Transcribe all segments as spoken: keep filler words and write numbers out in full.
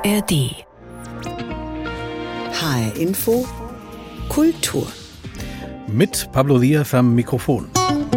R D. H R Info Kultur. Mit Pablo Diaz am Mikrofon.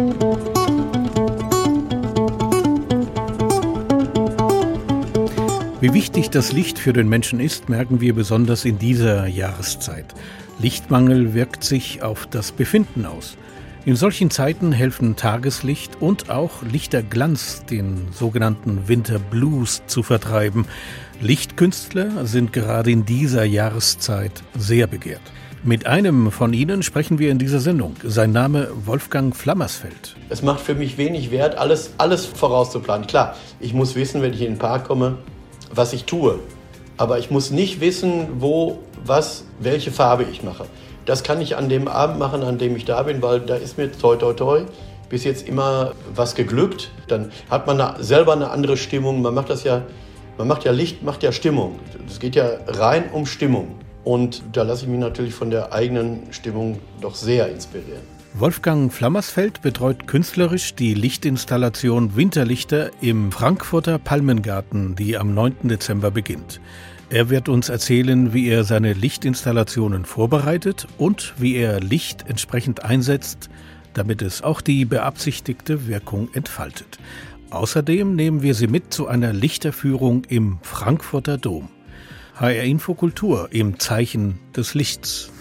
Wie wichtig das Licht für den Menschen ist, merken wir besonders in dieser Jahreszeit. Lichtmangel wirkt sich auf das Befinden aus. In solchen Zeiten helfen Tageslicht und auch Lichterglanz, den sogenannten Winterblues zu vertreiben. Lichtkünstler sind gerade in dieser Jahreszeit sehr begehrt. Mit einem von ihnen sprechen wir in dieser Sendung. Sein Name Wolfgang Flammersfeld. Es macht für mich wenig Wert, alles, alles vorauszuplanen. Klar, ich muss wissen, wenn ich in den Park komme, was ich tue. Aber ich muss nicht wissen, wo, was, welche Farbe ich mache. Das kann ich an dem Abend machen, an dem ich da bin, weil da ist mir toi toi toi bis jetzt immer was geglückt. Dann hat man eine, selber eine andere Stimmung. Man macht das ja, man macht ja Licht, macht ja Stimmung. Es geht ja rein um Stimmung. Und da lasse ich mich natürlich von der eigenen Stimmung doch sehr inspirieren. Wolfgang Flammersfeld betreut künstlerisch die Lichtinstallation Winterlichter im Frankfurter Palmengarten, die am neunten Dezember beginnt. Er wird uns erzählen, wie er seine Lichtinstallationen vorbereitet und wie er Licht entsprechend einsetzt, damit es auch die beabsichtigte Wirkung entfaltet. Außerdem nehmen wir Sie mit zu einer Lichterführung im Frankfurter Dom. H R Info Kultur im Zeichen des Lichts.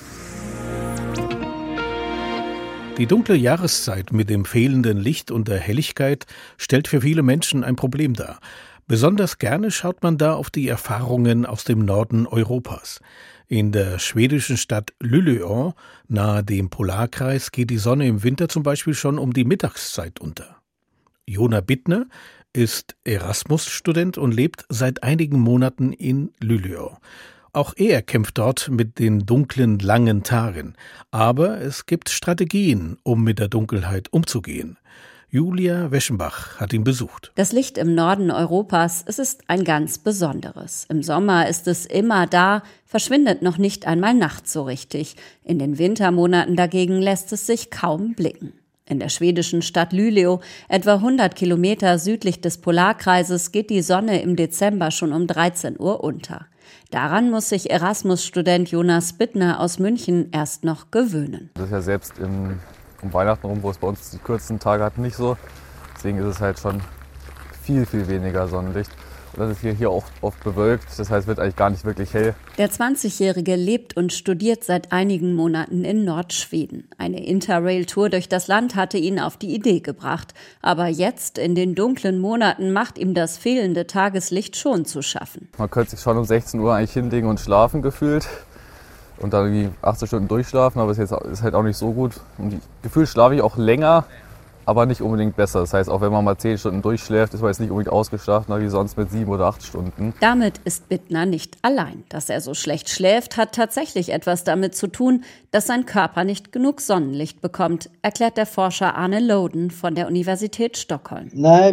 Die dunkle Jahreszeit mit dem fehlenden Licht und der Helligkeit stellt für viele Menschen ein Problem dar. Besonders gerne schaut man da auf die Erfahrungen aus dem Norden Europas. In der schwedischen Stadt Luleå, nahe dem Polarkreis, geht die Sonne im Winter zum Beispiel schon um die Mittagszeit unter. Jona Bittner ist Erasmus-Student und lebt seit einigen Monaten in Luleå. Auch er kämpft dort mit den dunklen, langen Tagen. Aber es gibt Strategien, um mit der Dunkelheit umzugehen. Julia Weschenbach hat ihn besucht. Das Licht im Norden Europas, es ist ein ganz besonderes. Im Sommer ist es immer da, verschwindet noch nicht einmal nachts so richtig. In den Wintermonaten dagegen lässt es sich kaum blicken. In der schwedischen Stadt Luleå, etwa hundert Kilometer südlich des Polarkreises, geht die Sonne im Dezember schon um dreizehn Uhr unter. Daran muss sich Erasmus-Student Jonas Bittner aus München erst noch gewöhnen. Das ist ja selbst im, um Weihnachten rum, wo es bei uns die kürzesten Tage hat, nicht so. Deswegen ist es halt schon viel, viel weniger Sonnenlicht. Und das ist hier, hier auch oft bewölkt, das heißt, es wird eigentlich gar nicht wirklich hell. Der zwanzigjährige lebt und studiert seit einigen Monaten in Nordschweden. Eine Interrail-Tour durch das Land hatte ihn auf die Idee gebracht. Aber jetzt, in den dunklen Monaten, macht ihm das fehlende Tageslicht schon zu schaffen. Man könnte sich schon um sechzehn Uhr eigentlich hinlegen und schlafen gefühlt. Und dann irgendwie achtzehn Stunden durchschlafen, aber es ist, jetzt, ist halt auch nicht so gut. Und gefühlt schlafe ich auch länger, aber nicht unbedingt besser. Das heißt, auch wenn man mal zehn Stunden durchschläft, ist man jetzt nicht unbedingt ausgeschlafen, wie sonst mit sieben oder acht Stunden. Damit ist Bittner nicht allein. Dass er so schlecht schläft, hat tatsächlich etwas damit zu tun, dass sein Körper nicht genug Sonnenlicht bekommt, erklärt der Forscher Arne Loden von der Universität Stockholm.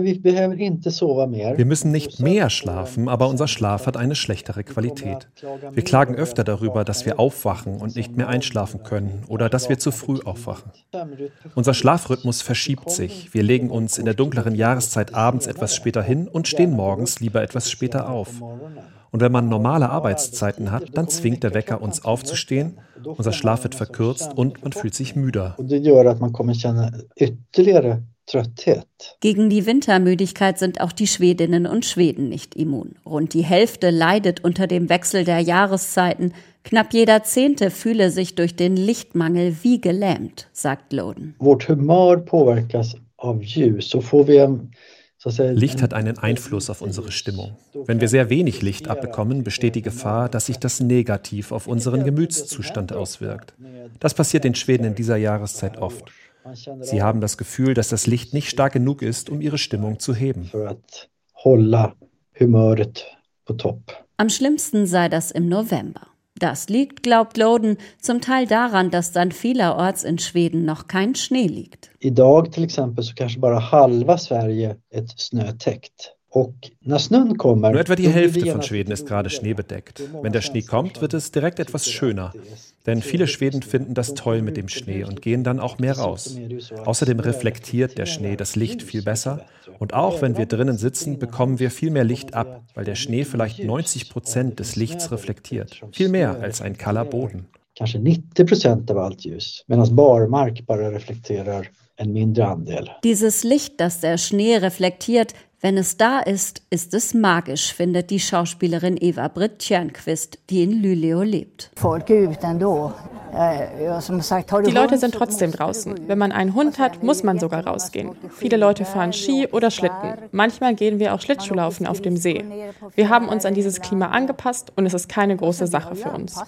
Wir müssen nicht mehr schlafen, aber unser Schlaf hat eine schlechtere Qualität. Wir klagen öfter darüber, dass wir aufwachen und nicht mehr einschlafen können oder dass wir zu früh aufwachen. Unser Schlafrhythmus verschiebt sich. Wir legen uns in der dunkleren Jahreszeit abends etwas später hin und stehen morgens lieber etwas später auf. Und wenn man normale Arbeitszeiten hat, dann zwingt der Wecker uns aufzustehen, unser Schlaf wird verkürzt und man fühlt sich müder. Gegen die Wintermüdigkeit sind auch die Schwedinnen und Schweden nicht immun. Rund die Hälfte leidet unter dem Wechsel der Jahreszeiten. Knapp jeder Zehnte fühle sich durch den Lichtmangel wie gelähmt, sagt Loden. Licht hat einen Einfluss auf unsere Stimmung. Wenn wir sehr wenig Licht abbekommen, besteht die Gefahr, dass sich das negativ auf unseren Gemütszustand auswirkt. Das passiert den Schweden in dieser Jahreszeit oft. Sie haben das Gefühl, dass das Licht nicht stark genug ist, um ihre Stimmung zu heben. Am schlimmsten sei das im November. Das liegt, glaubt Loden, zum Teil daran, dass dann vielerorts in Schweden noch kein Schnee liegt. Nur etwa die Hälfte von Schweden ist gerade schneebedeckt. Wenn der Schnee kommt, wird es direkt etwas schöner. Denn viele Schweden finden das toll mit dem Schnee und gehen dann auch mehr raus. Außerdem reflektiert der Schnee das Licht viel besser. Und auch wenn wir drinnen sitzen, bekommen wir viel mehr Licht ab, weil der Schnee vielleicht neunzig Prozent des Lichts reflektiert. Viel mehr als ein kahler Boden. Kanske nittio procent av allt ljus, medan barmark bara reflekterar en mindre andel. Dieses Licht, das der Schnee reflektiert, wenn es da ist, ist es magisch, findet die Schauspielerin Eva-Britt Tjärnqvist, die in Luleå lebt. Die Leute sind trotzdem draußen. Wenn man einen Hund hat, muss man sogar rausgehen. Viele Leute fahren Ski oder Schlitten. Manchmal gehen wir auch Schlittschuhlaufen auf dem See. Wir haben uns an dieses Klima angepasst und es ist keine große Sache für uns.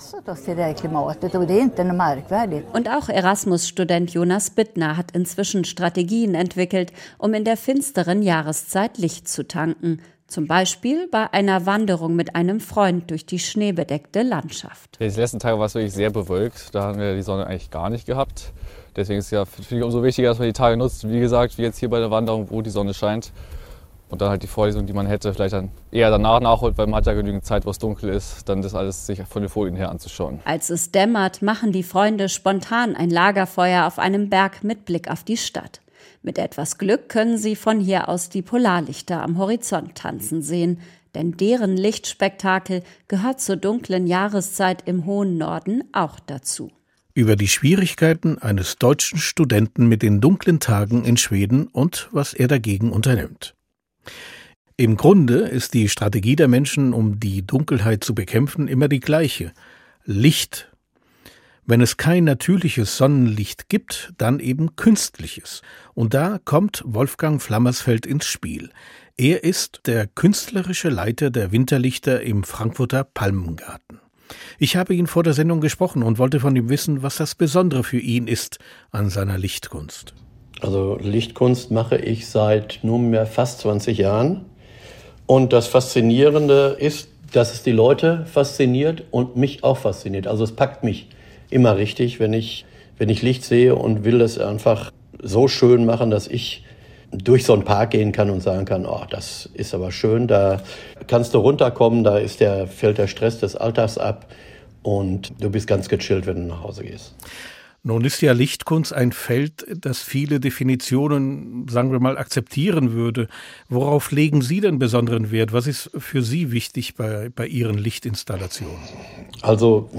Und auch Erasmus-Student Jonas Bittner hat inzwischen Strategien entwickelt, um in der finsteren Jahreszeit Licht zu tanken. Zum Beispiel bei einer Wanderung mit einem Freund durch die schneebedeckte Landschaft. Die letzten Tage war es wirklich sehr bewölkt. Da haben wir die Sonne eigentlich gar nicht gehabt. Deswegen ist es ja für mich umso wichtiger, dass man die Tage nutzt. Wie gesagt, wie jetzt hier bei der Wanderung, wo die Sonne scheint. Und dann halt die Vorlesung, die man hätte, vielleicht dann eher danach nachholt, weil man hat ja genügend Zeit, wo es dunkel ist, dann das alles sich von den Folien her anzuschauen. Als es dämmert, machen die Freunde spontan ein Lagerfeuer auf einem Berg mit Blick auf die Stadt. Mit etwas Glück können sie von hier aus die Polarlichter am Horizont tanzen sehen, denn deren Lichtspektakel gehört zur dunklen Jahreszeit im hohen Norden auch dazu. Über die Schwierigkeiten eines deutschen Studenten mit den dunklen Tagen in Schweden und was er dagegen unternimmt. Im Grunde ist die Strategie der Menschen, um die Dunkelheit zu bekämpfen, immer die gleiche: Licht. Wenn es kein natürliches Sonnenlicht gibt, dann eben künstliches. Und da kommt Wolfgang Flammersfeld ins Spiel. Er ist der künstlerische Leiter der Winterlichter im Frankfurter Palmengarten. Ich habe ihn vor der Sendung gesprochen und wollte von ihm wissen, was das Besondere für ihn ist an seiner Lichtkunst. Also Lichtkunst mache ich seit nunmehr fast zwanzig Jahren. Und das Faszinierende ist, dass es die Leute fasziniert und mich auch fasziniert. Also es packt mich immer richtig, wenn ich, wenn ich Licht sehe und will es einfach so schön machen, dass ich durch so einen Park gehen kann und sagen kann, oh, das ist aber schön, da kannst du runterkommen, da ist der, fällt der Stress des Alltags ab und du bist ganz gechillt, wenn du nach Hause gehst. Nun ist ja Lichtkunst ein Feld, das viele Definitionen, sagen wir mal, akzeptieren würde. Worauf legen Sie denn besonderen Wert? Was ist für Sie wichtig bei, bei Ihren Lichtinstallationen? Also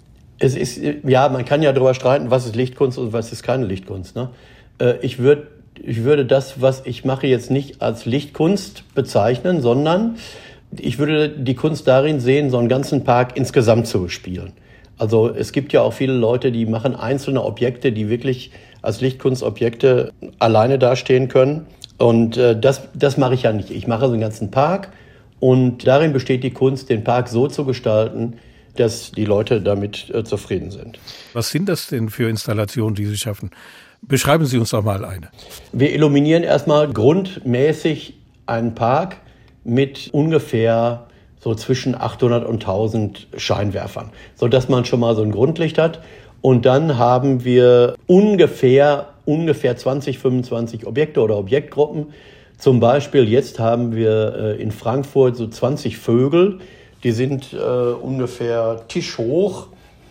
es ist, ja, man kann ja darüber streiten, was ist Lichtkunst und was ist keine Lichtkunst. Ne? Ich würde, ich würde das, was ich mache, jetzt nicht als Lichtkunst bezeichnen, sondern ich würde die Kunst darin sehen, so einen ganzen Park insgesamt zu spielen. Also es gibt ja auch viele Leute, die machen einzelne Objekte, die wirklich als Lichtkunstobjekte alleine dastehen können. Und äh, das, das mache ich ja nicht. Ich mache so einen ganzen Park und darin besteht die Kunst, den Park so zu gestalten, dass die Leute damit äh, zufrieden sind. Was sind das denn für Installationen, die Sie schaffen? Beschreiben Sie uns doch mal eine. Wir illuminieren erstmal grundmäßig einen Park mit ungefähr so zwischen achthundert und tausend Scheinwerfern, sodass man schon mal so ein Grundlicht hat. Und dann haben wir ungefähr, ungefähr zwanzig, fünfundzwanzig Objekte oder Objektgruppen. Zum Beispiel jetzt haben wir äh, in Frankfurt so zwanzig Vögel, die sind äh, ungefähr tischhoch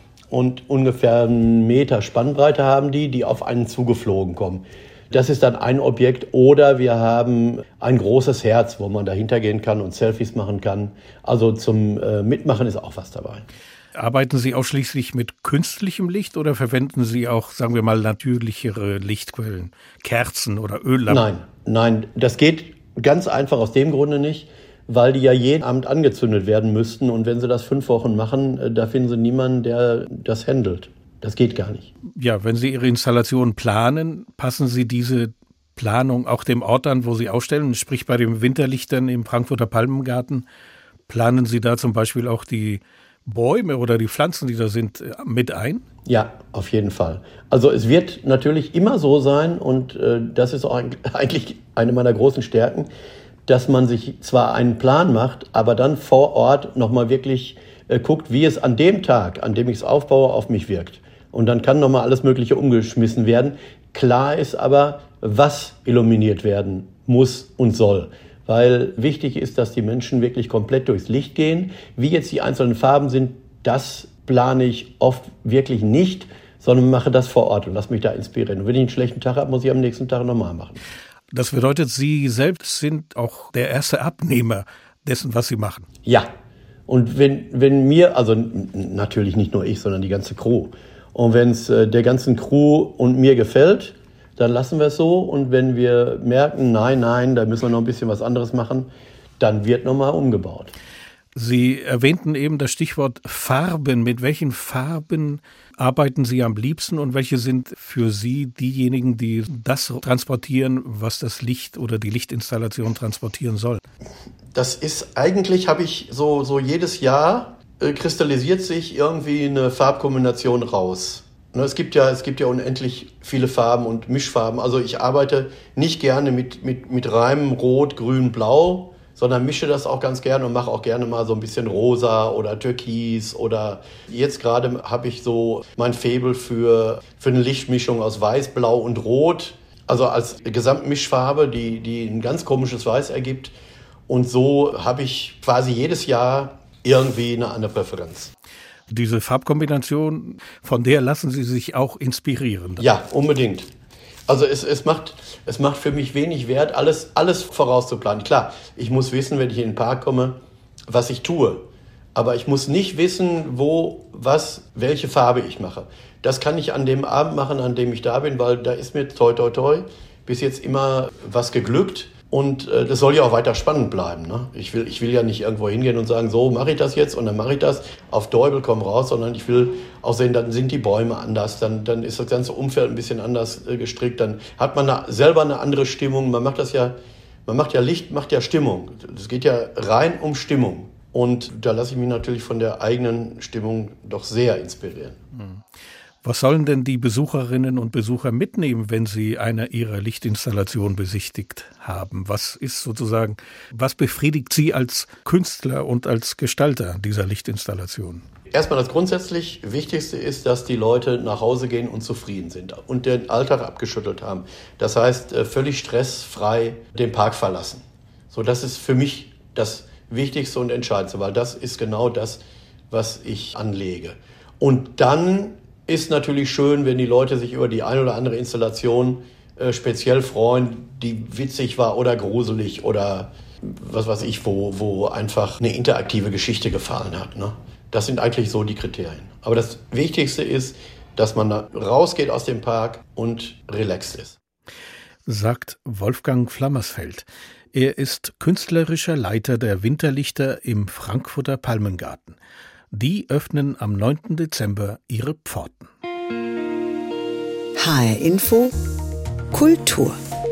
und ungefähr einen Meter Spannbreite haben die, die auf einen zugeflogen kommen. Das ist dann ein Objekt. Oder wir haben ein großes Herz, wo man dahinter gehen kann und Selfies machen kann. Also zum äh, Mitmachen ist auch was dabei. Arbeiten Sie ausschließlich mit künstlichem Licht oder verwenden Sie auch, sagen wir mal, natürlichere Lichtquellen, Kerzen oder Öllampen? Nein, nein, das geht ganz einfach aus dem Grunde nicht, weil die ja jeden Abend angezündet werden müssten. Und wenn Sie das fünf Wochen machen, da finden Sie niemanden, der das handelt. Das geht gar nicht. Ja, wenn Sie Ihre Installation planen, passen Sie diese Planung auch dem Ort an, wo Sie ausstellen? Sprich bei den Winterlichtern im Frankfurter Palmengarten, planen Sie da zum Beispiel auch die Bäume oder die Pflanzen, die da sind, mit ein? Ja, auf jeden Fall. Also es wird natürlich immer so sein, und äh, das ist auch eigentlich eine meiner großen Stärken, dass man sich zwar einen Plan macht, aber dann vor Ort nochmal wirklich äh, guckt, wie es an dem Tag, an dem ich es aufbaue, auf mich wirkt. Und dann kann nochmal alles Mögliche umgeschmissen werden. Klar ist aber, was illuminiert werden muss und soll. weil wichtig ist, dass die Menschen wirklich komplett durchs Licht gehen. Wie jetzt die einzelnen Farben sind, das plane ich oft wirklich nicht, sondern mache das vor Ort und lasse mich da inspirieren. Und wenn ich einen schlechten Tag habe, muss ich am nächsten Tag nochmal machen. Das bedeutet, Sie selbst sind auch der erste Abnehmer dessen, was Sie machen. Ja, und wenn, wenn mir, also natürlich nicht nur ich, sondern die ganze Crew. Und wenn es äh, der ganzen Crew und mir gefällt, dann lassen wir es so. Und wenn wir merken, nein, nein, da müssen wir noch ein bisschen was anderes machen, dann wird nochmal umgebaut. Sie erwähnten eben das Stichwort Farben. Mit welchen Farben arbeiten Sie am liebsten und welche sind für Sie diejenigen, die das transportieren, was das Licht oder die Lichtinstallation transportieren soll? Das ist eigentlich, habe ich so, so jedes Jahr äh, kristallisiert sich irgendwie eine Farbkombination raus. Ne, es gibt ja, es gibt ja unendlich viele Farben und Mischfarben. Also ich arbeite nicht gerne mit, mit, mit reinem Rot, Grün, Blau, sondern mische das auch ganz gerne und mache auch gerne mal so ein bisschen rosa oder türkis oder jetzt gerade habe ich so mein Faible für, für eine Lichtmischung aus Weiß, Blau und Rot, also als Gesamtmischfarbe, die, die ein ganz komisches Weiß ergibt und so habe ich quasi jedes Jahr irgendwie eine andere Präferenz. Diese Farbkombination, von der lassen Sie sich auch inspirieren? Ja, unbedingt. Also es, es, macht, es macht für mich wenig Wert, alles, alles vorauszuplanen. Klar, ich muss wissen, wenn ich in den Park komme, was ich tue. Aber ich muss nicht wissen, wo, was, welche Farbe ich mache. Das kann ich an dem Abend machen, an dem ich da bin, weil da ist mir toi toi toi bis jetzt immer was geglückt. Und äh, das soll ja auch weiter spannend bleiben. Ne? Ich will, ich will ja nicht irgendwo hingehen und sagen, so mache ich das jetzt und dann mache ich das, auf Däubel komm raus, sondern ich will auch sehen, dann sind die Bäume anders, dann, dann ist das ganze Umfeld ein bisschen anders äh, gestrickt, dann hat man da selber eine andere Stimmung. Man macht das ja, man macht ja Licht, macht ja Stimmung. Es geht ja rein um Stimmung. Und da lasse ich mich natürlich von der eigenen Stimmung doch sehr inspirieren. Mhm. Was sollen denn die Besucherinnen und Besucher mitnehmen, wenn sie eine ihrer Lichtinstallationen besichtigt haben? Was ist sozusagen, was befriedigt Sie als Künstler und als Gestalter dieser Lichtinstallation? Erstmal das grundsätzlich Wichtigste ist, dass die Leute nach Hause gehen und zufrieden sind und den Alltag abgeschüttelt haben. Das heißt, völlig stressfrei den Park verlassen. So, das ist für mich das Wichtigste und Entscheidendste, weil das ist genau das, was ich anlege. Und dann ist natürlich schön, wenn die Leute sich über die eine oder andere Installation äh, speziell freuen, die witzig war oder gruselig oder was weiß ich, wo, wo einfach eine interaktive Geschichte gefallen hat. Ne? Das sind eigentlich so die Kriterien. Aber das Wichtigste ist, dass man da rausgeht aus dem Park und relaxed ist. Sagt Wolfgang Flammersfeld. Er ist künstlerischer Leiter der Winterlichter im Frankfurter Palmengarten. Die öffnen am neunten Dezember ihre Pforten. H R Info Kultur.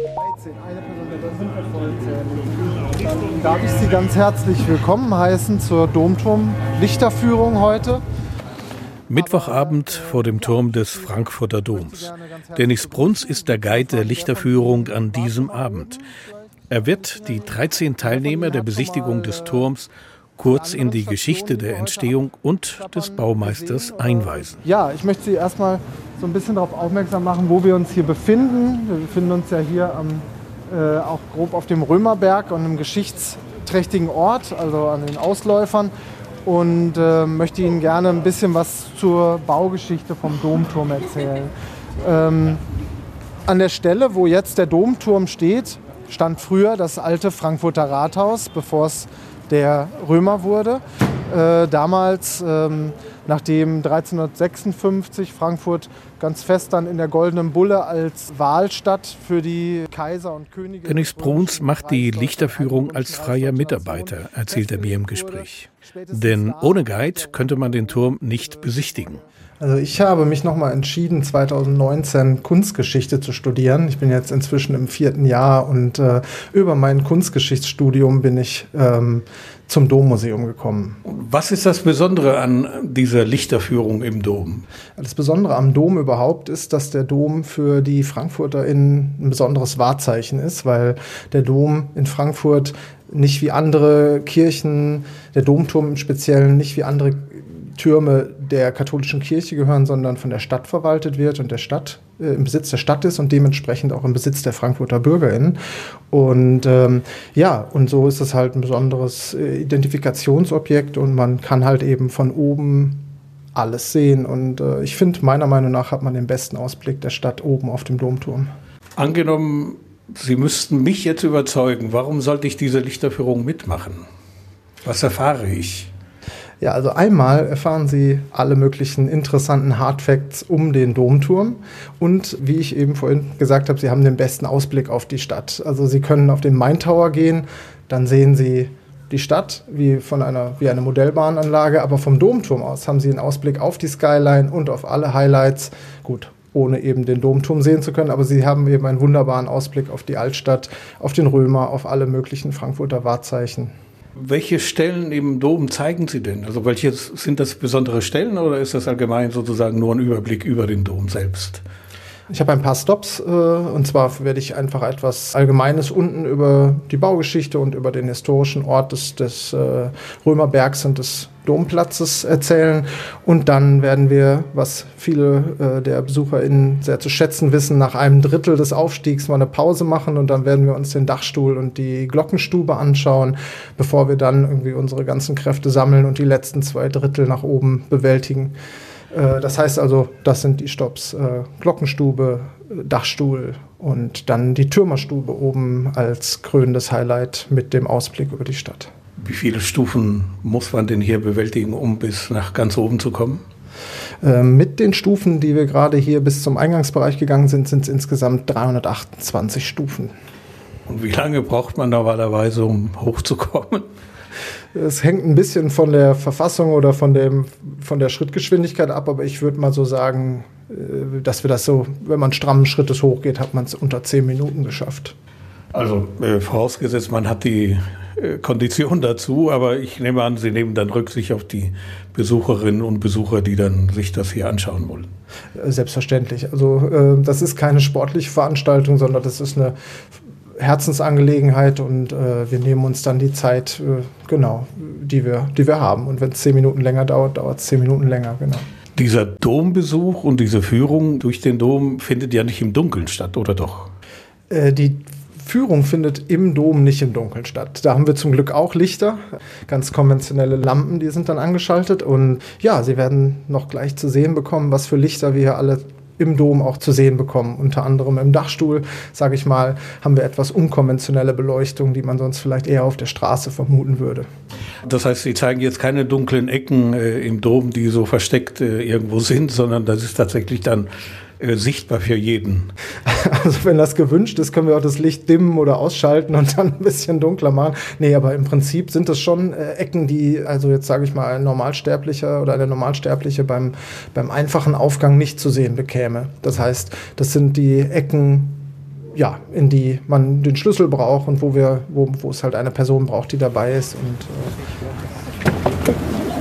Dann darf ich Sie ganz herzlich willkommen heißen zur Domturm-Lichterführung heute. Mittwochabend vor dem Turm des Frankfurter Doms. Dennis Bruns ist der Guide der Lichterführung an diesem Abend. Er wird die dreizehn Teilnehmer der Besichtigung des Turms kurz in die Geschichte der Entstehung und des Baumeisters einweisen. Ja, ich möchte Sie erstmal so ein bisschen darauf aufmerksam machen, wo wir uns hier befinden. Wir befinden uns ja hier am, äh, auch grob auf dem Römerberg und einem geschichtsträchtigen Ort, also an den Ausläufern. Und äh, möchte Ihnen gerne ein bisschen was zur Baugeschichte vom Domturm erzählen. Ähm, an der Stelle, wo jetzt der Domturm steht, stand früher das alte Frankfurter Rathaus, bevor es der Römer wurde. Äh, damals, ähm, nachdem dreizehnhundertsechsundfünfzig Frankfurt ganz fest dann in der Goldenen Bulle als Wahlstadt für die Kaiser und Könige... Dennis Bruns macht die Lichterführung als freier Mitarbeiter, erzählt er mir im Gespräch. Denn ohne Guide könnte man den Turm nicht besichtigen. Also ich habe mich nochmal entschieden, zweitausendneunzehn Kunstgeschichte zu studieren. Ich bin jetzt inzwischen im vierten Jahr und äh, über mein Kunstgeschichtsstudium bin ich ähm, zum Dommuseum gekommen. Was ist das Besondere an dieser Lichterführung im Dom? Das Besondere am Dom überhaupt ist, dass der Dom für die FrankfurterInnen ein besonderes Wahrzeichen ist, weil der Dom in Frankfurt nicht wie andere Kirchen, der Domturm im Speziellen, nicht wie andere Türme der katholischen Kirche gehören, sondern von der Stadt verwaltet wird und der Stadt äh, im Besitz der Stadt ist und dementsprechend auch im Besitz der Frankfurter BürgerInnen. Und ähm, ja, und so ist es halt ein besonderes äh, Identifikationsobjekt und man kann halt eben von oben alles sehen. Und äh, ich finde, meiner Meinung nach hat man den besten Ausblick der Stadt oben auf dem Domturm. Angenommen, Sie müssten mich jetzt überzeugen, warum sollte ich diese Lichterführung mitmachen? Was erfahre ich? Ja, also einmal erfahren Sie alle möglichen interessanten Hardfacts um den Domturm und wie ich eben vorhin gesagt habe, Sie haben den besten Ausblick auf die Stadt. Also Sie können auf den Main Tower gehen, dann sehen Sie die Stadt wie von einer wie eine Modellbahnanlage, aber vom Domturm aus haben Sie einen Ausblick auf die Skyline und auf alle Highlights. Gut, ohne eben den Domturm sehen zu können, aber Sie haben eben einen wunderbaren Ausblick auf die Altstadt, auf den Römer, auf alle möglichen Frankfurter Wahrzeichen. Welche Stellen im Dom zeigen Sie denn? Also welche sind das besondere Stellen oder ist das allgemein sozusagen nur ein Überblick über den Dom selbst? Ich habe ein paar Stops äh, und zwar werde ich einfach etwas Allgemeines unten über die Baugeschichte und über den historischen Ort des, des äh, Römerbergs und des Domplatzes erzählen und dann werden wir, was viele äh, der BesucherInnen sehr zu schätzen wissen, nach einem Drittel des Aufstiegs mal eine Pause machen und dann werden wir uns den Dachstuhl und die Glockenstube anschauen, bevor wir dann irgendwie unsere ganzen Kräfte sammeln und die letzten zwei Drittel nach oben bewältigen. Das heißt also, das sind die Stops, äh, Glockenstube, Dachstuhl und dann die Türmerstube oben als krönendes Highlight mit dem Ausblick über die Stadt. Wie viele Stufen muss man denn hier bewältigen, um bis nach ganz oben zu kommen? Äh, mit den Stufen, die wir gerade hier bis zum Eingangsbereich gegangen sind, sind es insgesamt dreihundertachtundzwanzig Stufen. Und wie lange braucht man normalerweise, um hochzukommen? Es hängt ein bisschen von der Verfassung oder von, dem, von der Schrittgeschwindigkeit ab, aber ich würde mal so sagen, dass wir das so, wenn man strammen Schrittes hochgeht, hat man es unter zehn Minuten geschafft. Also äh, vorausgesetzt, man hat die äh, Kondition dazu, aber ich nehme an, Sie nehmen dann Rücksicht auf die Besucherinnen und Besucher, die dann sich das hier anschauen wollen. Selbstverständlich. Also äh, das ist keine sportliche Veranstaltung, sondern das ist eine Herzensangelegenheit und äh, wir nehmen uns dann die Zeit, äh, genau, die wir, die wir haben. Und wenn es zehn Minuten länger dauert, dauert es zehn Minuten länger, genau. Dieser Dombesuch und diese Führung durch den Dom findet ja nicht im Dunkeln statt, oder doch? Äh, die Führung findet im Dom nicht im Dunkeln statt. Da haben wir zum Glück auch Lichter, ganz konventionelle Lampen, die sind dann angeschaltet. Und ja, Sie werden noch gleich zu sehen bekommen, was für Lichter wir hier alle im Dom auch zu sehen bekommen. Unter anderem im Dachstuhl, sage ich mal, haben wir etwas unkonventionelle Beleuchtung, die man sonst vielleicht eher auf der Straße vermuten würde. Das heißt, Sie zeigen jetzt keine dunklen Ecken äh, im Dom, die so versteckt äh, irgendwo sind, sondern das ist tatsächlich dann äh, sichtbar für jeden. Also wenn das gewünscht ist, können wir auch das Licht dimmen oder ausschalten und dann ein bisschen dunkler machen. Nee, aber im Prinzip sind das schon äh, Ecken, die, also jetzt sage ich mal, ein Normalsterblicher oder eine Normalsterbliche beim, beim einfachen Aufgang nicht zu sehen bekäme. Das heißt, das sind die Ecken, ja, in die man den Schlüssel braucht und wo wir, wo, wo es halt eine Person braucht, die dabei ist. Und äh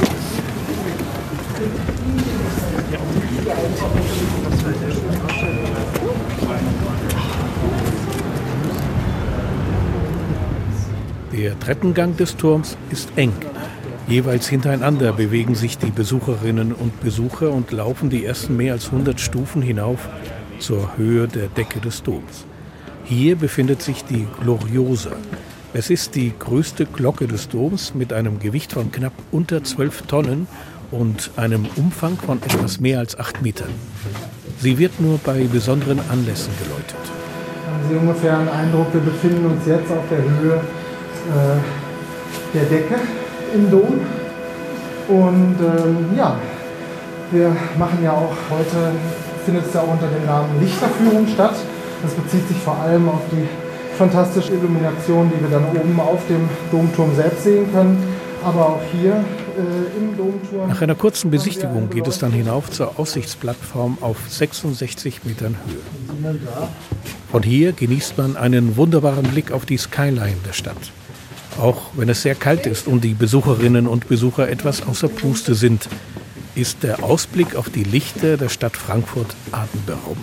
Der Treppengang des Turms ist eng. Jeweils hintereinander bewegen sich die Besucherinnen und Besucher und laufen die ersten mehr als hundert Stufen hinauf zur Höhe der Decke des Doms. Hier befindet sich die Gloriosa. Es ist die größte Glocke des Doms mit einem Gewicht von knapp unter zwölf Tonnen und einem Umfang von etwas mehr als acht Metern. Sie wird nur bei besonderen Anlässen geläutet. Haben Sie ungefähr einen Eindruck, wir befinden uns jetzt auf der Höhe der Decke im Dom und ähm, ja, wir machen ja auch, heute findet es ja auch unter dem Namen Lichterführung statt. Das bezieht sich vor allem auf die fantastische Illumination, die wir dann oben auf dem Domturm selbst sehen können, aber auch hier äh, im Domturm. Nach einer kurzen Besichtigung geht es dann hinauf zur Aussichtsplattform auf sechsundsechzig Metern Höhe. Von hier genießt man einen wunderbaren Blick auf die Skyline der Stadt. Auch wenn es sehr kalt ist und die Besucherinnen und Besucher etwas außer Puste sind, ist der Ausblick auf die Lichter der Stadt Frankfurt atemberaubend.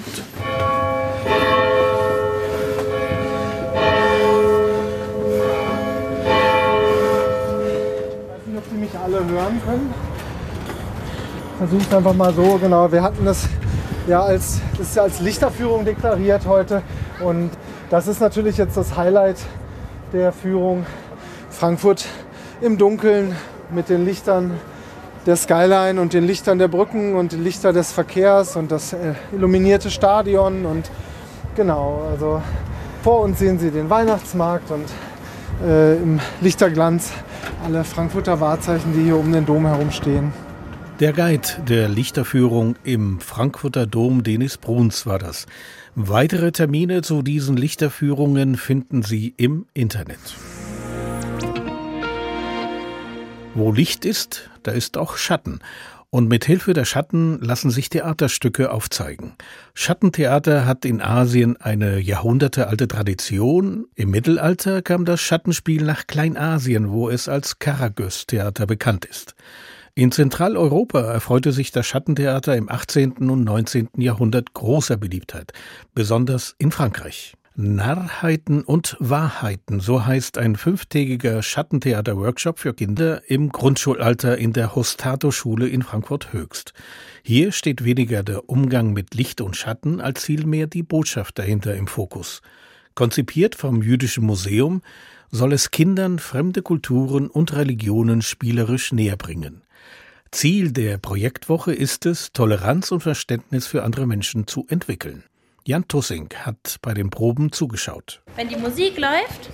Ich weiß nicht, ob Sie mich alle hören können. versuche es einfach mal so. Genau, wir hatten das ja als, das ist ja als Lichterführung deklariert heute. Und das ist natürlich jetzt das Highlight der Führung. Frankfurt im Dunkeln mit den Lichtern der Skyline und den Lichtern der Brücken und den Lichtern des Verkehrs und das äh, illuminierte Stadion. Und genau, also vor uns sehen Sie den Weihnachtsmarkt und äh, im Lichterglanz alle Frankfurter Wahrzeichen, die hier um den Dom herumstehen. Der Guide der Lichterführung im Frankfurter Dom, Denis Bruns, war das. Weitere Termine zu diesen Lichterführungen finden Sie im Internet. Wo Licht ist, da ist auch Schatten. Und mit Hilfe der Schatten lassen sich Theaterstücke aufzeigen. Schattentheater hat in Asien eine jahrhundertealte Tradition. Im Mittelalter kam das Schattenspiel nach Kleinasien, wo es als Karagöz-Theater bekannt ist. In Zentraleuropa erfreute sich das Schattentheater im achtzehnten und neunzehnten Jahrhundert großer Beliebtheit, besonders in Frankreich. Narrheiten und Wahrheiten, so heißt ein fünftägiger Schattentheater-Workshop für Kinder im Grundschulalter in der Hostato-Schule in Frankfurt-Höchst. Hier steht weniger der Umgang mit Licht und Schatten als vielmehr die Botschaft dahinter im Fokus. Konzipiert vom Jüdischen Museum soll es Kindern fremde Kulturen und Religionen spielerisch näherbringen. Ziel der Projektwoche ist es, Toleranz und Verständnis für andere Menschen zu entwickeln. Jan Tussing hat bei den Proben zugeschaut. Wenn die Musik läuft,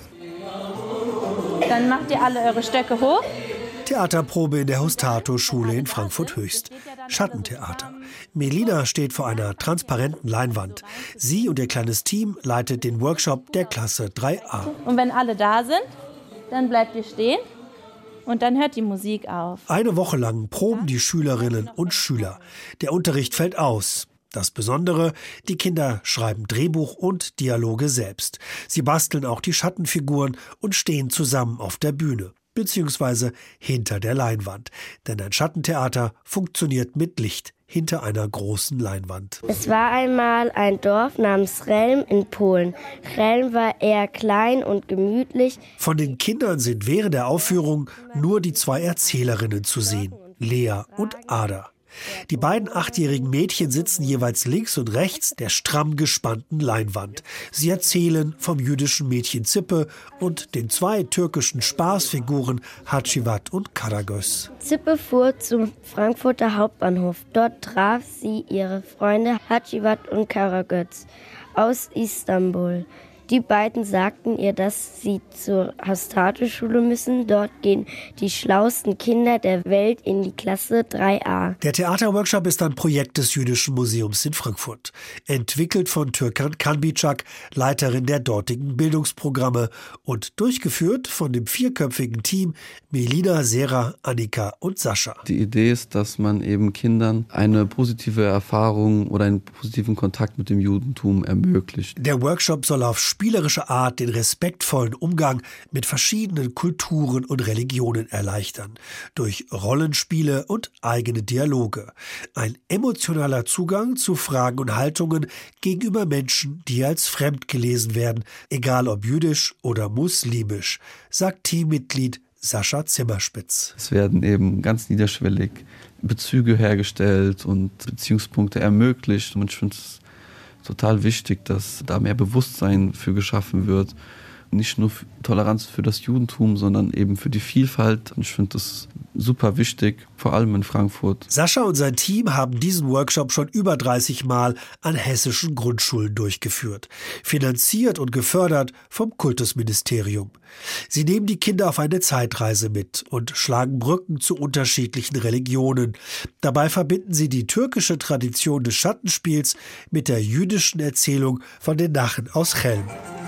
dann macht ihr alle eure Stöcke hoch. Theaterprobe in der Hostato-Schule in Frankfurt-Höchst. Schattentheater. Melina steht vor einer transparenten Leinwand. Sie und ihr kleines Team leitet den Workshop der Klasse drei a. Und wenn alle da sind, dann bleibt ihr stehen. Und dann hört die Musik auf. Eine Woche lang proben die Schülerinnen und Schüler. Der Unterricht fällt aus. Das Besondere, die Kinder schreiben Drehbuch und Dialoge selbst. Sie basteln auch die Schattenfiguren und stehen zusammen auf der Bühne, beziehungsweise hinter der Leinwand. Denn ein Schattentheater funktioniert mit Licht hinter einer großen Leinwand. Es war einmal ein Dorf namens Chelm in Polen. Chelm war eher klein und gemütlich. Von den Kindern sind während der Aufführung nur die zwei Erzählerinnen zu sehen, Lea und Ada. Die beiden achtjährigen Mädchen sitzen jeweils links und rechts der stramm gespannten Leinwand. Sie erzählen vom jüdischen Mädchen Zippe und den zwei türkischen Spaßfiguren Hacivat und Karagöz. Zippe fuhr zum Frankfurter Hauptbahnhof. Dort traf sie ihre Freunde Hacivat und Karagöz aus Istanbul. Die beiden sagten ihr, dass sie zur Hostato-Schule müssen. Dort gehen die schlauesten Kinder der Welt in die Klasse drei a. Der Theaterworkshop ist ein Projekt des Jüdischen Museums in Frankfurt. Entwickelt von Türkan Kanbicak, Leiterin der dortigen Bildungsprogramme, und durchgeführt von dem vierköpfigen Team Melina, Sera, Annika und Sascha. Die Idee ist, dass man eben Kindern eine positive Erfahrung oder einen positiven Kontakt mit dem Judentum ermöglicht. Der Workshop soll auf spielerische Art den respektvollen Umgang mit verschiedenen Kulturen und Religionen erleichtern. Durch Rollenspiele und eigene Dialoge. Ein emotionaler Zugang zu Fragen und Haltungen gegenüber Menschen, die als fremd gelesen werden, egal ob jüdisch oder muslimisch, sagt Teammitglied Sascha Zimmerspitz. Es werden eben ganz niederschwellig Bezüge hergestellt und Beziehungspunkte ermöglicht. Und ich finde es total wichtig, dass da mehr Bewusstsein für geschaffen wird. Nicht nur für Toleranz für das Judentum, sondern eben für die Vielfalt. Und ich finde das super wichtig, vor allem in Frankfurt. Sascha und sein Team haben diesen Workshop schon über dreißig Mal an hessischen Grundschulen durchgeführt. Finanziert und gefördert vom Kultusministerium. Sie nehmen die Kinder auf eine Zeitreise mit und schlagen Brücken zu unterschiedlichen Religionen. Dabei verbinden sie die türkische Tradition des Schattenspiels mit der jüdischen Erzählung von den Nachen aus Chelm.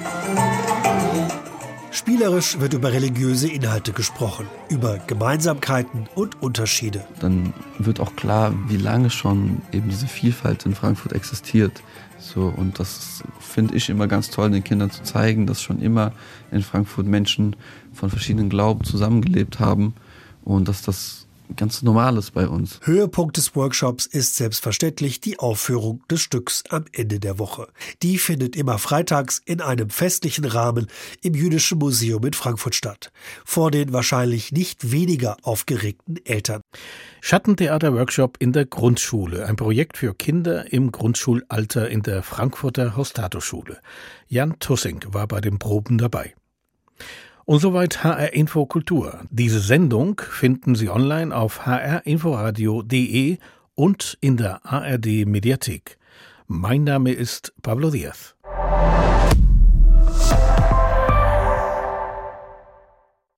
Spielerisch wird über religiöse Inhalte gesprochen, über Gemeinsamkeiten und Unterschiede. Dann wird auch klar, wie lange schon eben diese Vielfalt in Frankfurt existiert. So, und das finde ich immer ganz toll, den Kindern zu zeigen, dass schon immer in Frankfurt Menschen von verschiedenen Glauben zusammengelebt haben und dass das ganz Normales bei uns. Höhepunkt des Workshops ist selbstverständlich die Aufführung des Stücks am Ende der Woche. Die findet immer freitags in einem festlichen Rahmen im Jüdischen Museum in Frankfurt statt. Vor den wahrscheinlich nicht weniger aufgeregten Eltern. Schattentheater-Workshop in der Grundschule. Ein Projekt für Kinder im Grundschulalter in der Frankfurter Hostato-Schule. Jan Tussing war bei den Proben dabei. Und soweit H R Info Kultur. Diese Sendung finden Sie online auf h r inforadio punkt d e und in der A R D Mediathek. Mein Name ist Pablo Diaz.